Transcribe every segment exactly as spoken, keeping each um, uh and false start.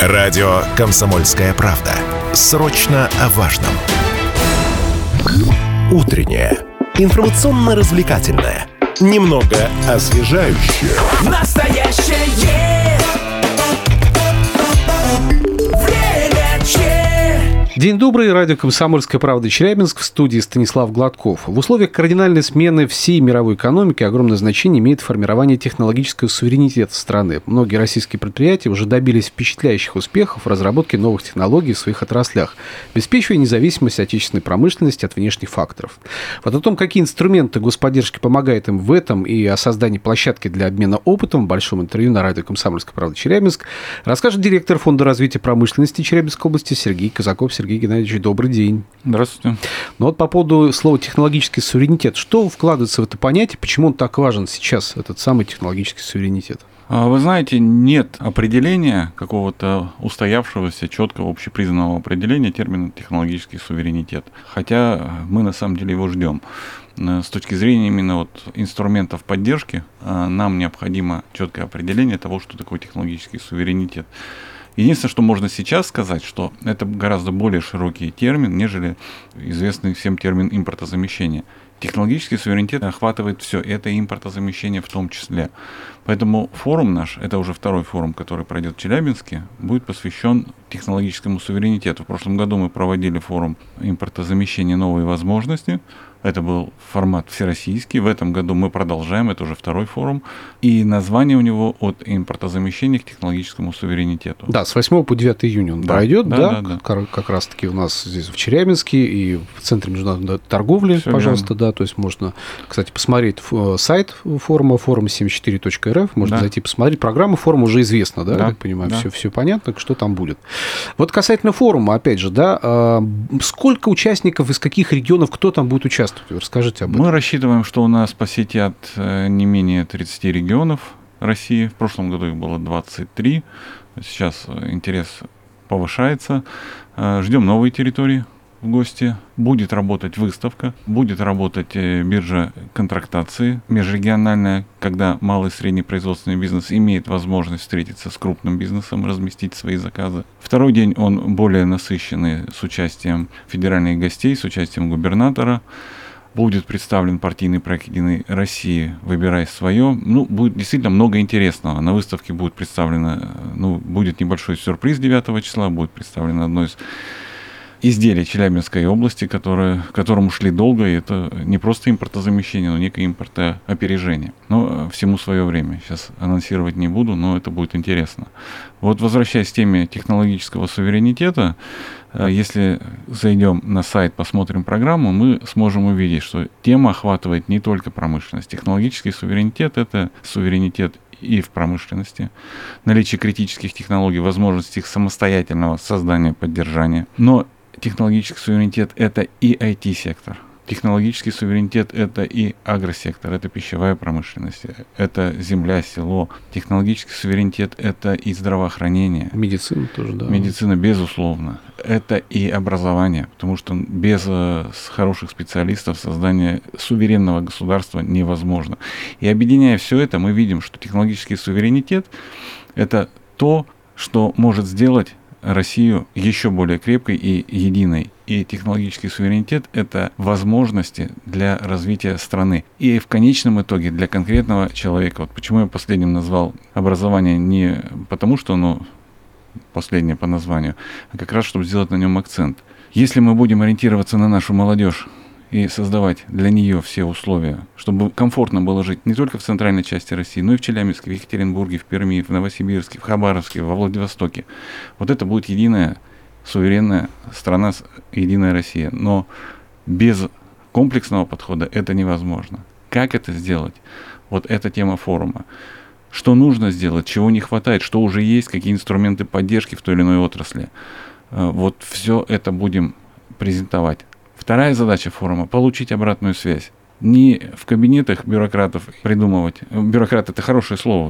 Радио «Комсомольская правда». Срочно о важном. Утреннее. Информационно-развлекательное. Немного освежающее. Настоящее. Время че. День добрый, радио «Комсомольская правда», Челябинск, в студии Станислав Гладков. В условиях кардинальной смены всей мировой экономики огромное значение имеет формирование технологического суверенитета страны. Многие российские предприятия уже добились впечатляющих успехов в разработке новых технологий в своих отраслях, обеспечивая независимость отечественной промышленности от внешних факторов. Вот о том, какие инструменты господдержки помогают им в этом, и о создании площадки для обмена опытом в большом интервью на радио «Комсомольская правда» Челябинск расскажет директор Фонда развития промышленности Челябинской области Сергей Казаков. Сергей Геннадьевич, добрый день. Здравствуйте. Ну вот по поводу слова «технологический суверенитет». Что вкладывается в это понятие? Почему он так важен сейчас, этот самый технологический суверенитет? Вы знаете, нет определения какого-то устоявшегося, четкого, общепризнанного определения термина «технологический суверенитет». Хотя мы на самом деле его ждем. С точки зрения именно вот инструментов поддержки нам необходимо четкое определение того, что такое технологический суверенитет. Единственное, что можно сейчас сказать, что это гораздо более широкий термин, нежели известный всем термин импортозамещения. Технологический суверенитет охватывает все, это импортозамещение в том числе. Поэтому форум наш, это уже второй форум, который пройдет в Челябинске, будет посвящен технологическому суверенитету. В прошлом году мы проводили форум импортозамещения «Новые возможности». Это был формат всероссийский. В этом году мы продолжаем, это уже второй форум. И название у него «От импортозамещения к технологическому суверенитету». Да, с восьмого по девятое июня он да, пройдет, да, да, да. Как, как раз-таки у нас здесь в Челябинске и в Центре международной торговли, все пожалуйста, верно. Да, то есть можно, кстати, посмотреть сайт форума, форум семьдесят четыре точка эр эф, можно да. зайти посмотреть. Программа форума уже известна, да, да. я так понимаю, да. все, все понятно, что там будет. Вот касательно форума, опять же, да, сколько участников, из каких регионов, кто там будет участвовать? Расскажите об этом. Мы рассчитываем, что у нас посетят не менее тридцати регионов России. В прошлом году их было двадцать три. Сейчас интерес повышается. Ждем новые территории в гости. Будет работать выставка, будет работать биржа контрактации межрегиональная, когда малый и средний производственный бизнес имеет возможность встретиться с крупным бизнесом, разместить свои заказы. Второй день он более насыщенный с участием федеральных гостей, с участием губернатора. Будет представлен партийный проект «Единой России. Выбирай свое». Ну, будет действительно много интересного. На выставке будет представлено, ну, будет небольшой сюрприз девятого числа, будет представлено одно из изделий Челябинской области, которые, к которому шли долго, и это не просто импортозамещение, но некое импортоопережение. Но всему свое время. Сейчас анонсировать не буду, но это будет интересно. Вот возвращаясь к теме технологического суверенитета, если зайдем на сайт, посмотрим программу, мы сможем увидеть, что тема охватывает не только промышленность. Технологический суверенитет – это суверенитет и в промышленности, наличие критических технологий, возможность их самостоятельного создания, поддержания. Но технологический суверенитет – это и ай ти-сектор. Технологический суверенитет – это и агросектор, это пищевая промышленность, это земля, село. Технологический суверенитет – это и здравоохранение. Медицина тоже, да. Медицина, безусловно. Это и образование, потому что без э, хороших специалистов создание суверенного государства невозможно. И объединяя все это, мы видим, что технологический суверенитет – это то, что может сделать Россию еще более крепкой и единой. И технологический суверенитет – это возможности для развития страны. И в конечном итоге для конкретного человека. Вот почему я последним назвал образование не потому, что оно последнее по названию, а как раз, чтобы сделать на нем акцент. Если мы будем ориентироваться на нашу молодежь и создавать для нее все условия, чтобы комфортно было жить не только в центральной части России, но и в Челябинске, в Екатеринбурге, в Перми, в Новосибирске, в Хабаровске, во Владивостоке. Вот это будет единая суверенная страна, единая Россия. Но без комплексного подхода это невозможно. Как это сделать? Вот эта тема форума. Что нужно сделать, чего не хватает, что уже есть, какие инструменты поддержки в той или иной отрасли. Вот все это будем презентовать. Вторая задача форума – получить обратную связь. Не в кабинетах бюрократов придумывать. Бюрократ – это хорошее слово.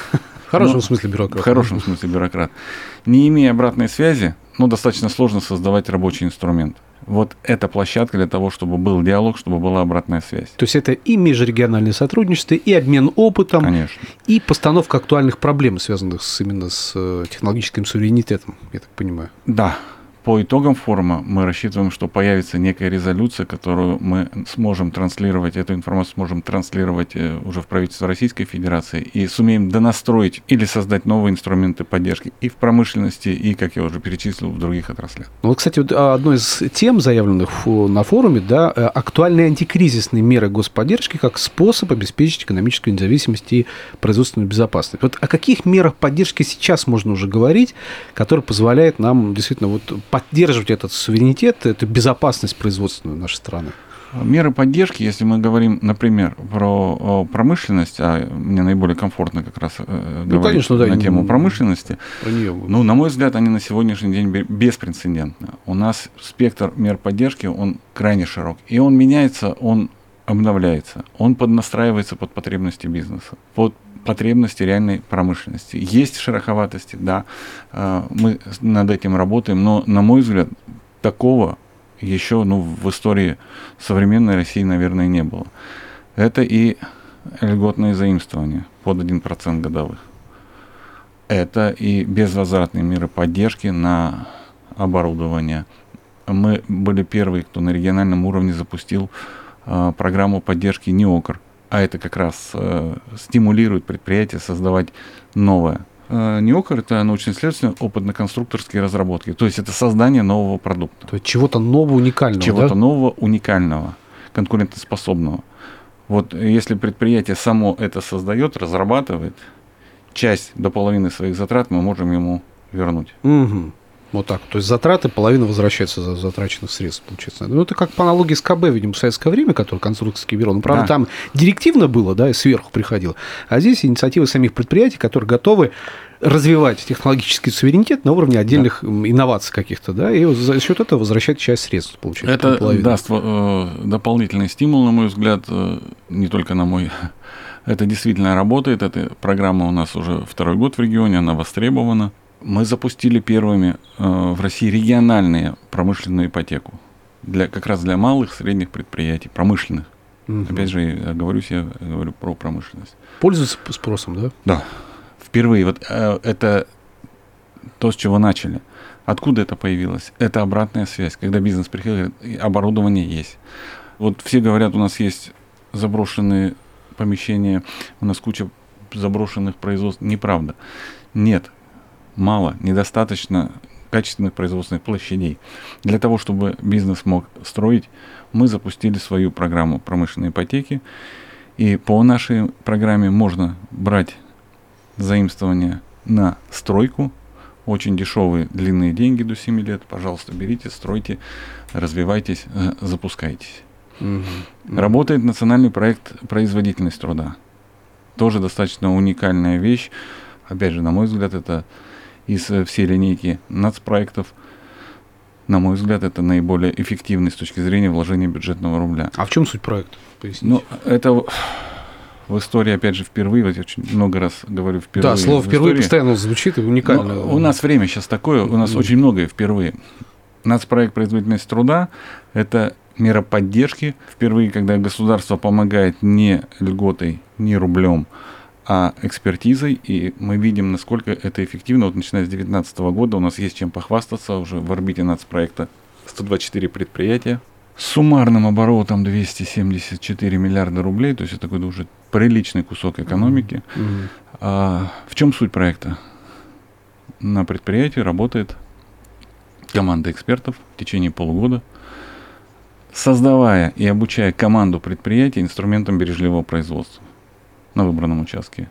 В хорошем смысле бюрократ. В хорошем смысле бюрократ. Не имея обратной связи, ну, достаточно сложно создавать рабочий инструмент. Вот эта площадка для того, чтобы был диалог, чтобы была обратная связь. То есть это и межрегиональное сотрудничество, и обмен опытом, Конечно. и постановка актуальных проблем, связанных с, именно с технологическим суверенитетом, я так понимаю. Да. По итогам форума мы рассчитываем, что появится некая резолюция, которую мы сможем транслировать, эту информацию сможем транслировать уже в правительство Российской Федерации и сумеем донастроить или создать новые инструменты поддержки и в промышленности, и, как я уже перечислил, в других отраслях. Ну, вот, кстати, вот одной из тем, заявленных на форуме, да, актуальные антикризисные меры господдержки как способ обеспечить экономическую независимость и производственную безопасность. Вот о каких мерах поддержки сейчас можно уже говорить, которые позволяют нам действительно вот поддерживать этот суверенитет, эту безопасность производственную нашей страны? Меры поддержки, если мы говорим, например, про промышленность, а мне наиболее комфортно как раз ну, говорить конечно, да, на тему промышленности, ну, на мой взгляд, они на сегодняшний день беспрецедентны. У нас спектр мер поддержки, он крайне широк, и он меняется, он обновляется, он поднастраивается под потребности бизнеса, под потребности реальной промышленности. Есть шероховатости, да, мы над этим работаем, но, на мой взгляд, такого еще ну, в истории современной России, наверное, не было. Это и льготные заимствования под один процент годовых. Это и безвозвратные меры поддержки на оборудование. Мы были первые, кто на региональном уровне запустил э, программу поддержки НИОКР, а это как раз э, стимулирует предприятия создавать новое. Э, НИОКР – это научно-исследовательские опытно-конструкторские разработки, то есть это создание нового продукта. То есть чего-то нового, уникального, Чего-то да? нового, уникального, конкурентоспособного. Вот если предприятие само это создает, разрабатывает, часть до половины своих затрат мы можем ему вернуть. Угу. Вот так. То есть затраты, половина возвращается за затраченных средств, получается. Ну, это как по аналогии с КБ, видимо, в советское время, который конструкторское бюро. Ну, правда, да. Там директивно было, да, и сверху приходило. А здесь инициатива самих предприятий, которые готовы развивать технологический суверенитет на уровне отдельных да. инноваций каких-то, да, и за счет этого возвращать часть средств, получается. Это даст э, дополнительный стимул, на мой взгляд, э, не только на мой. Это действительно работает. Эта программа у нас уже второй год в регионе, она востребована. Мы запустили первыми э, в России региональную промышленную ипотеку. Для, как раз для малых, средних предприятий, промышленных. Угу. Опять же, я говорю, я говорю про промышленность. Пользуется спросом, да? Да. Впервые. Вот э, это то, с чего начали. Откуда это появилось? Это обратная связь. Когда бизнес приходит, оборудование есть. Вот все говорят, у нас есть заброшенные помещения, у нас куча заброшенных производств. Неправда. Нет. Мало, недостаточно качественных производственных площадей. Для того, чтобы бизнес мог строить, мы запустили свою программу промышленной ипотеки. И по нашей программе можно брать заимствования на стройку. Очень дешевые, длинные деньги до семи лет. Пожалуйста, берите, стройте, развивайтесь, запускайтесь. Mm-hmm. Работает национальный проект «Производительность труда». Тоже достаточно уникальная вещь. Опять же, на мой взгляд, это из всей линейки нацпроектов, на мой взгляд, это наиболее эффективный с точки зрения вложения бюджетного рубля. А в чем суть проекта? Поясните. Ну, это в истории, опять же, впервые, вот я очень много раз говорю впервые. Да, слово «впервые» постоянно звучит и уникально. Но у нас время сейчас такое, у нас mm-hmm. очень многое впервые. Нацпроект «Производительность труда» – это мера поддержки. Впервые, когда государство помогает не льготой, не рублем, а экспертизой, и мы видим, насколько это эффективно. Вот начиная с две тысячи девятнадцатого года у нас есть чем похвастаться. Уже в орбите нацпроекта сто двадцать четыре предприятия с суммарным оборотом двести семьдесят четыре миллиарда рублей, то есть это такой уже приличный кусок экономики. Mm-hmm. А, в чем суть проекта? На предприятии работает команда экспертов в течение полугода, создавая и обучая команду предприятий инструментам бережливого производства на выбранном участке.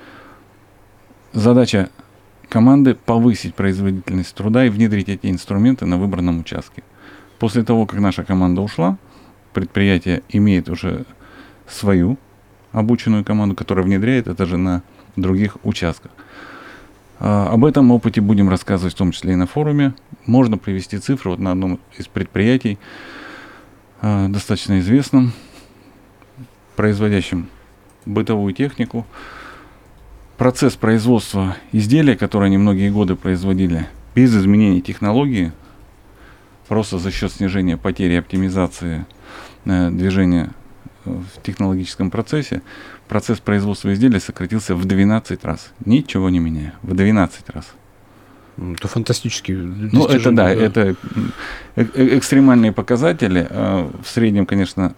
Задача команды – повысить производительность труда и внедрить эти инструменты на выбранном участке. После того, как наша команда ушла, предприятие имеет уже свою обученную команду, которая внедряет это же на других участках. А, об этом опыте будем рассказывать в том числе и на форуме. Можно привести цифры вот на одном из предприятий, а, достаточно известном, производящем бытовую технику. Процесс производства изделия, которые они многие годы производили, без изменений технологии, просто за счет снижения потери и оптимизации э, движения в технологическом процессе, процесс производства изделия сократился в двенадцать раз. Ничего не меняя. В двенадцать раз. Это фантастические достижения. Ну, это да, да. это экстремальные показатели. В среднем, конечно,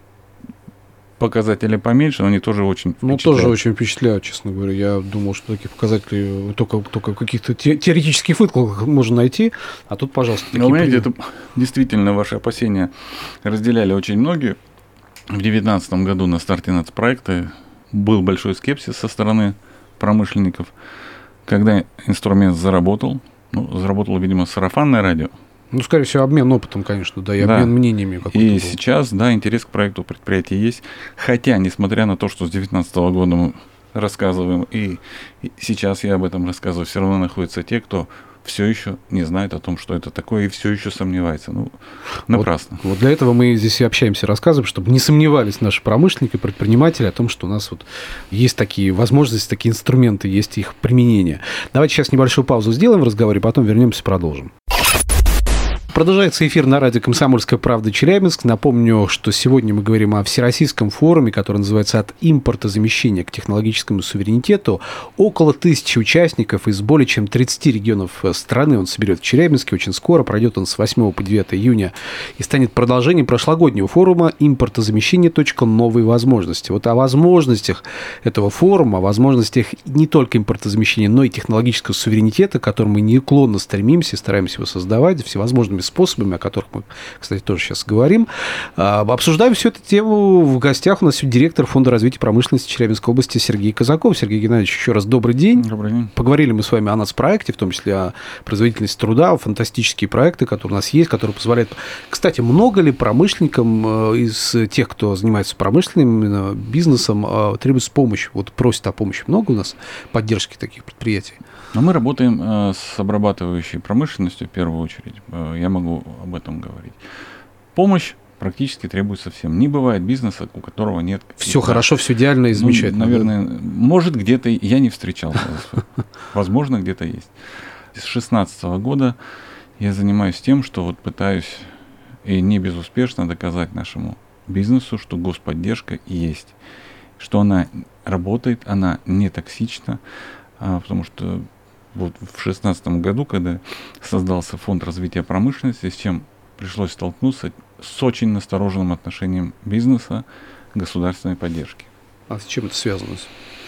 показатели поменьше, но они тоже очень Ну, впечатляют. тоже очень впечатляют, честно говоря. Я думал, что таких показателей только, только в каких-то те, теоретических выкладках можно найти, а тут, пожалуйста, такие... Ну, вы знаете, это действительно ваши опасения разделяли очень многие. В две тысячи девятнадцатом году на старте нацпроекта был большой скепсис со стороны промышленников. Когда инструмент заработал, ну, заработало, видимо, сарафанное радио. Ну, скорее всего, обмен опытом, конечно, да, и Да. обмен мнениями какой-то И был. сейчас, да, интерес к проекту предприятия есть. Хотя, несмотря на то, что с две тысячи девятнадцатого года мы рассказываем, и, и сейчас я об этом рассказываю, все равно находятся те, кто все еще не знает о том, что это такое, и все еще сомневается. Ну, напрасно. Вот, вот для этого мы здесь и общаемся, рассказываем, чтобы не сомневались наши промышленники, предприниматели о том, что у нас вот есть такие возможности, такие инструменты, есть их применение. Давайте сейчас небольшую паузу сделаем в разговоре, потом вернемся и продолжим. Продолжается эфир на радио «Комсомольская правда» Челябинск. Напомню, что сегодня мы говорим о всероссийском форуме, который называется «От импортозамещения к технологическому суверенитету». Около тысячи участников из более чем тридцати регионов страны он соберет в Челябинске. Очень скоро пройдет он с восьмого по девятое июня и станет продолжением прошлогоднего форума «Импортозамещение. Новые возможности». Вот о возможностях этого форума, о возможностях не только импортозамещения, но и технологического суверенитета, к которому мы неуклонно стремимся, стараемся его создавать всевозможными способами, о которых мы, кстати, тоже сейчас говорим. Обсуждаем всю эту тему. В гостях у нас сегодня директор Фонда развития промышленности Челябинской области Сергей Казаков. Сергей Геннадьевич, еще раз добрый день. Добрый день. Поговорили мы с вами о нацпроекте, в том числе о производительности труда, о фантастические проекты, которые у нас есть, которые позволяют... Кстати, много ли промышленникам из тех, кто занимается промышленным бизнесом, требуется помощь? Вот просят о помощи. Много у нас поддержки таких предприятий? Но мы работаем э, с обрабатывающей промышленностью в первую очередь. Э, я могу об этом говорить. Помощь практически требуется всем. Не бывает бизнеса, у которого нет... Все хорошо, все идеально и замечательно. Ну, наверное, может где-то... Я не встречал. Возможно, где-то есть. С две тысячи шестнадцатого года я занимаюсь тем, что вот пытаюсь и не безуспешно доказать нашему бизнесу, что господдержка есть. Что она работает, она не токсична. Потому что вот в две тысячи шестнадцатом году, когда создался фонд развития промышленности, с чем пришлось столкнуться, с очень настороженным отношением бизнеса к государственной поддержке. А с чем это связано?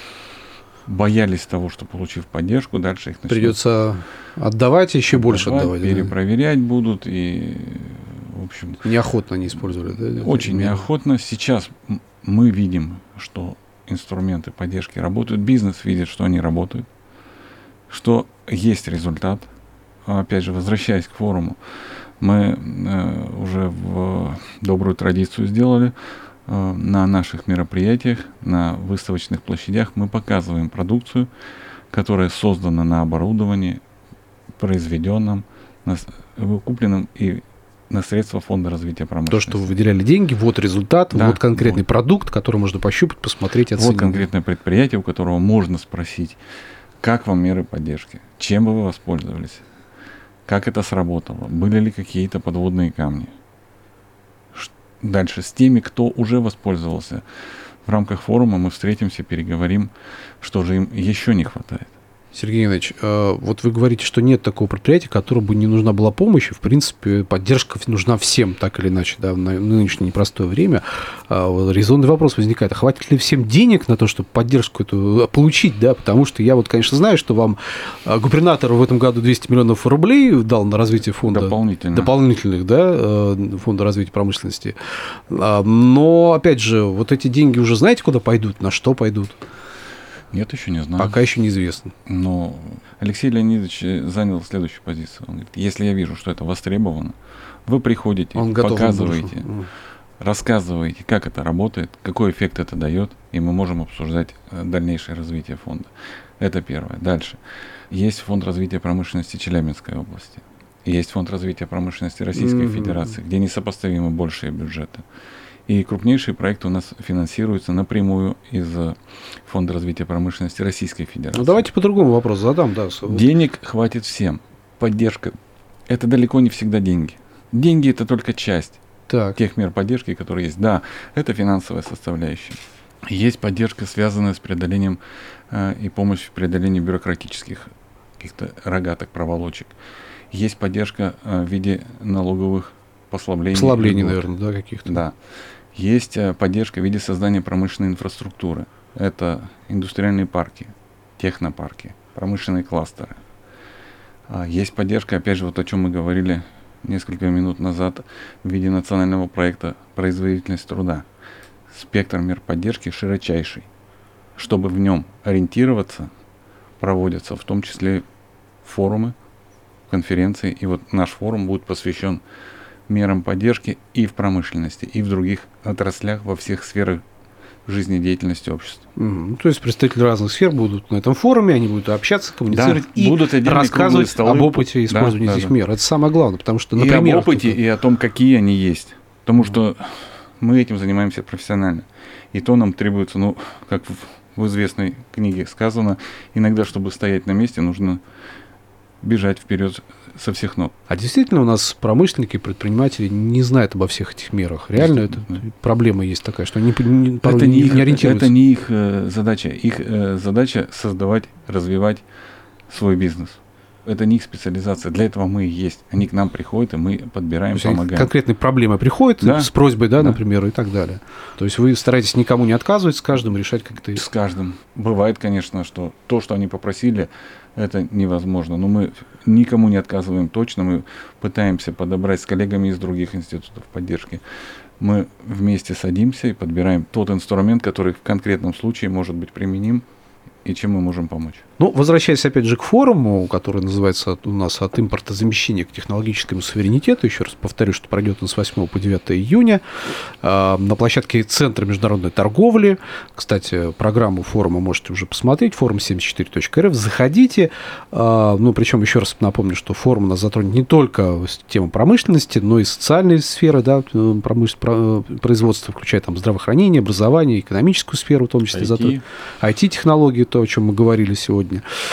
Боялись того, что, получив поддержку, дальше их начнут придется отдавать, еще отдавать, больше отдавать. Перепроверять да? будут и, в общем... Неохотно они использовали, да? Очень неохотно. Сейчас мы видим, что инструменты поддержки работают, бизнес видит, что они работают, что есть результат. Опять же, возвращаясь к форуму, мы э, уже в добрую традицию сделали э, на наших мероприятиях, на выставочных площадях мы показываем продукцию, которая создана на оборудовании, произведенном, на, купленном и на средства Фонда развития промышленности. То, что вы выделяли деньги, вот результат, да, вот конкретный вот. продукт, который можно пощупать, посмотреть, оценить. Вот конкретное предприятие, у которого можно спросить, как вам меры поддержки, чем бы вы воспользовались, как это сработало, были ли какие-то подводные камни. Дальше с теми, кто уже воспользовался. В рамках форума мы встретимся, переговорим, что же им еще не хватает. Сергей Геннадьевич, вот вы говорите, что нет такого предприятия, которому бы не нужна была помощь, и, в принципе, поддержка нужна всем, так или иначе, да, в нынешнее непростое время. Резонный вопрос возникает, а хватит ли всем денег на то, чтобы поддержку эту получить, да, потому что я вот, конечно, знаю, что вам губернатор в этом году двести миллионов рублей дал на развитие фонда. Дополнительно. Дополнительных, да, фонда развития промышленности. Но, опять же, вот эти деньги уже знаете, куда пойдут, на что пойдут? Нет, еще не знаю. Пока еще неизвестно. Но Алексей Леонидович занял следующую позицию. Он говорит, если я вижу, что это востребовано, вы приходите, Он показываете, рассказываете, как это работает, какой эффект это дает, и мы можем обсуждать дальнейшее развитие фонда. Это первое. Дальше. Есть фонд развития промышленности Челябинской области. Есть фонд развития промышленности Российской mm-hmm. Федерации, где несопоставимо большие бюджеты. И крупнейшие проекты у нас финансируются напрямую из Фонда развития промышленности Российской Федерации. Ну, давайте по другому вопросу задам. Да. Денег хватит всем. Поддержка – это далеко не всегда деньги. Деньги – это только часть Так. тех мер поддержки, которые есть. Да, это финансовая составляющая. Есть поддержка, связанная с преодолением э, и помощь в преодолении бюрократических каких-то рогаток, проволочек. Есть поддержка э, в виде налоговых послаблений. Послаблений, наверное, да, каких-то. Да. Есть э, поддержка в виде создания промышленной инфраструктуры. Это индустриальные парки, технопарки, промышленные кластеры. А есть поддержка, опять же, вот о чем мы говорили несколько минут назад, в виде национального проекта «Производительность труда». Спектр мер поддержки широчайший. Чтобы в нем ориентироваться, проводятся в том числе форумы, конференции. И вот наш форум будет посвящен мерам поддержки и в промышленности, и в других отраслях, во всех сферах жизнедеятельности общества. Mm-hmm. То есть представители разных сфер будут на этом форуме, они будут общаться, коммуницировать, да, и будут рассказывать столы. об опыте использования да, этих да, мер. Это самое главное, потому что, и например... об опыте, и о том, какие они есть. Потому что мы этим занимаемся профессионально. И то нам требуется, ну, как в, в известной книге сказано, иногда, чтобы стоять на месте, нужно бежать вперед со всех ног. А действительно у нас промышленники, предприниматели не знают обо всех этих мерах. Реально это проблема есть такая, что они не, порой это не, не, их, не ориентируются. Это не их э, задача. Их э, задача создавать, развивать свой бизнес. Это не их специализация. Для этого мы и есть. Они к нам приходят, и мы подбираем, То есть помогаем. Конкретные проблемы приходят, да, с просьбой, да, да, например, и так далее. То есть вы стараетесь никому не отказывать, с каждым решать как-то... С каждым. Бывает, конечно, что то, что они попросили, это невозможно. Но мы никому не отказываем точно. Мы пытаемся подобрать с коллегами из других институтов поддержки. Мы вместе садимся и подбираем тот инструмент, который в конкретном случае может быть применим и чем мы можем помочь. Ну, возвращаясь опять же к форуму, который называется у нас «От импортозамещения к технологическому суверенитету», еще раз повторю, что пройдет он с восьмого по девятое июня э, на площадке Центра международной торговли. Кстати, программу форума можете уже посмотреть, форум семьдесят четыре точка эр эф. Заходите. Э, ну, причем еще раз напомню, что форум у нас затронет не только тему промышленности, но и социальные сферы, да, промыш... производства, включая там здравоохранение, образование, экономическую сферу, в том числе затронет, ай ти-технологии, то, о чем мы говорили сегодня.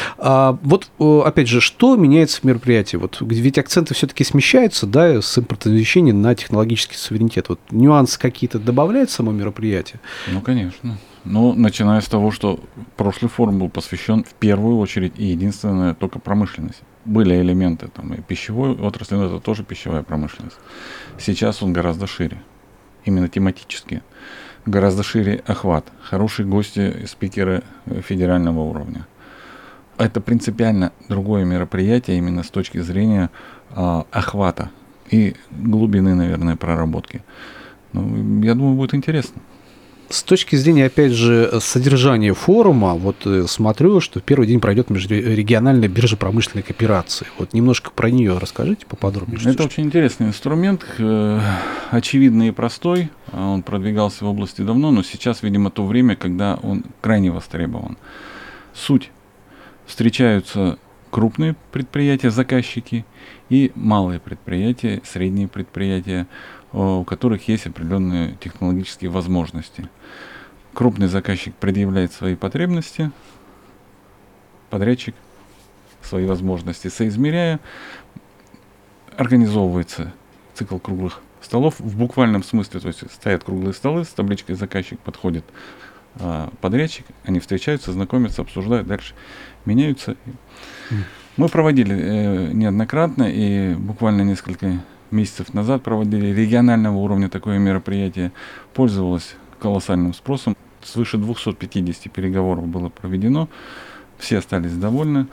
А, вот, опять же, что меняется в мероприятии? Вот, ведь акценты все-таки смещаются, да, с импортозамещения на технологический суверенитет. Вот нюансы какие-то добавляет само мероприятие? Ну, конечно. Ну, начиная с того, что прошлый форум был посвящен в первую очередь и единственное только промышленности. Были элементы там и пищевой отрасли, но это тоже пищевая промышленность. Сейчас он гораздо шире, именно тематически. Гораздо шире охват. Хорошие гости, спикеры федерального уровня. Это принципиально другое мероприятие именно с точки зрения а, охвата и глубины, наверное, проработки. Ну, я думаю, будет интересно. С точки зрения, опять же, содержания форума, вот смотрю, что в первый день пройдет межрегиональная биржа промышленной кооперации. Вот немножко про нее расскажите поподробнее. Это что, очень интересный инструмент, э, очевидный и простой. Он продвигался в области давно, но сейчас, видимо, то время, когда он крайне востребован. Суть. Встречаются крупные предприятия, заказчики, и малые предприятия, средние предприятия, у которых есть определенные технологические возможности. Крупный заказчик предъявляет свои потребности, подрядчик свои возможности соизмеряя, организовывается цикл круглых столов в буквальном смысле, то есть стоят круглые столы с табличкой заказчик, подходит а, подрядчик, они встречаются, знакомятся, обсуждают, дальше меняются. Mm. Мы проводили э, неоднократно и буквально несколько месяцев назад проводили регионального уровня такое мероприятие, пользовалось колоссальным спросом, свыше двухсот пятидесяти переговоров было проведено, все остались довольны.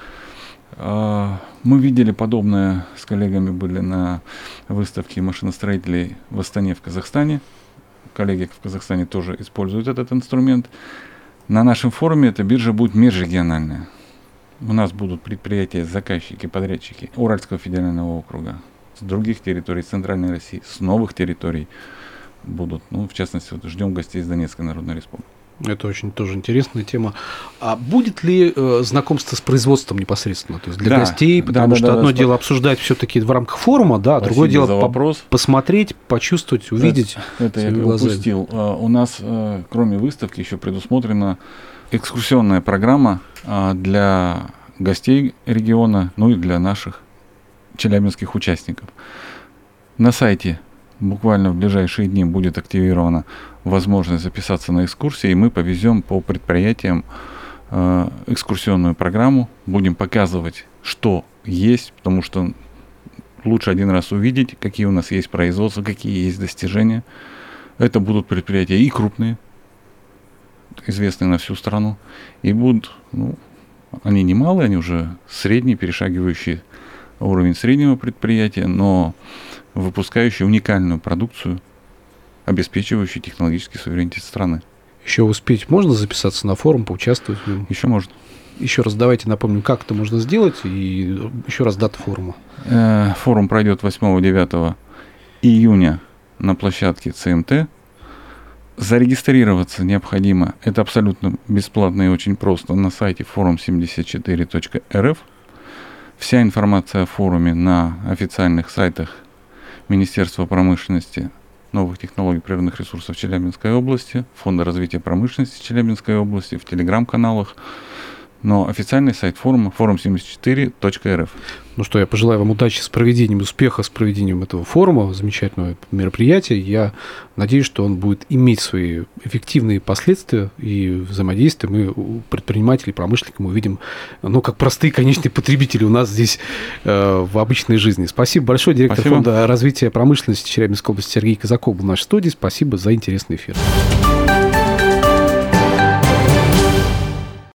Мы видели подобное, с коллегами были на выставке машиностроителей в Астане в Казахстане. Коллеги в Казахстане тоже используют этот инструмент. На нашем форуме эта биржа будет межрегиональная. У нас будут предприятия, заказчики, подрядчики Уральского федерального округа, с других территорий Центральной России, с новых территорий будут. Ну, в частности, вот ждем гостей из Донецкой Народной Республики. Это очень тоже интересная тема. А будет ли э, знакомство с производством непосредственно? То есть для да, гостей, потому да, что да, одно да, дело да. обсуждать все-таки в рамках форума, да, а другое дело по- посмотреть, почувствовать, увидеть. Это, это я упустил. Uh, у нас, uh, кроме выставки, еще предусмотрена экскурсионная программа uh, для гостей региона, ну и для наших челябинских участников. На сайте буквально в ближайшие дни будет активирована возможность записаться на экскурсии, и мы повезем по предприятиям э, экскурсионную программу, будем показывать, что есть, потому что лучше один раз увидеть, какие у нас есть производства, какие есть достижения. Это будут предприятия и крупные, известные на всю страну, и будут, ну, они немалые, они уже средние, перешагивающие уровень среднего предприятия, но выпускающие уникальную продукцию, обеспечивающую технологический суверенитет страны. Еще успеть можно записаться на форум, поучаствовать в нем? Еще можно. Еще раз давайте напомним, как это можно сделать, и еще раз дата форума. Форум пройдет восьмого-девятого июня на площадке ЦМТ. Зарегистрироваться необходимо, это абсолютно бесплатно и очень просто, на сайте форум семьдесят четыре точка эр эф. Вся информация о форуме на официальных сайтах Министерства промышленности, новых технологий природных ресурсов Челябинской области, Фонда развития промышленности Челябинской области, в телеграм-каналах. Но официальный сайт форума форум семьдесят четыре точка эр эф. Ну что, я пожелаю вам удачи с проведением, успеха с проведением этого форума, замечательного мероприятия. Я надеюсь, что он будет иметь свои эффективные последствия и взаимодействие. Мы у предпринимателей, промышленников мы увидим, ну, как простые конечные потребители у нас здесь э, в обычной жизни. Спасибо большое. Директор Спасибо. Фонда развития промышленности Челябинской области Сергей Казаков был в нашей студии. Спасибо за интересный эфир.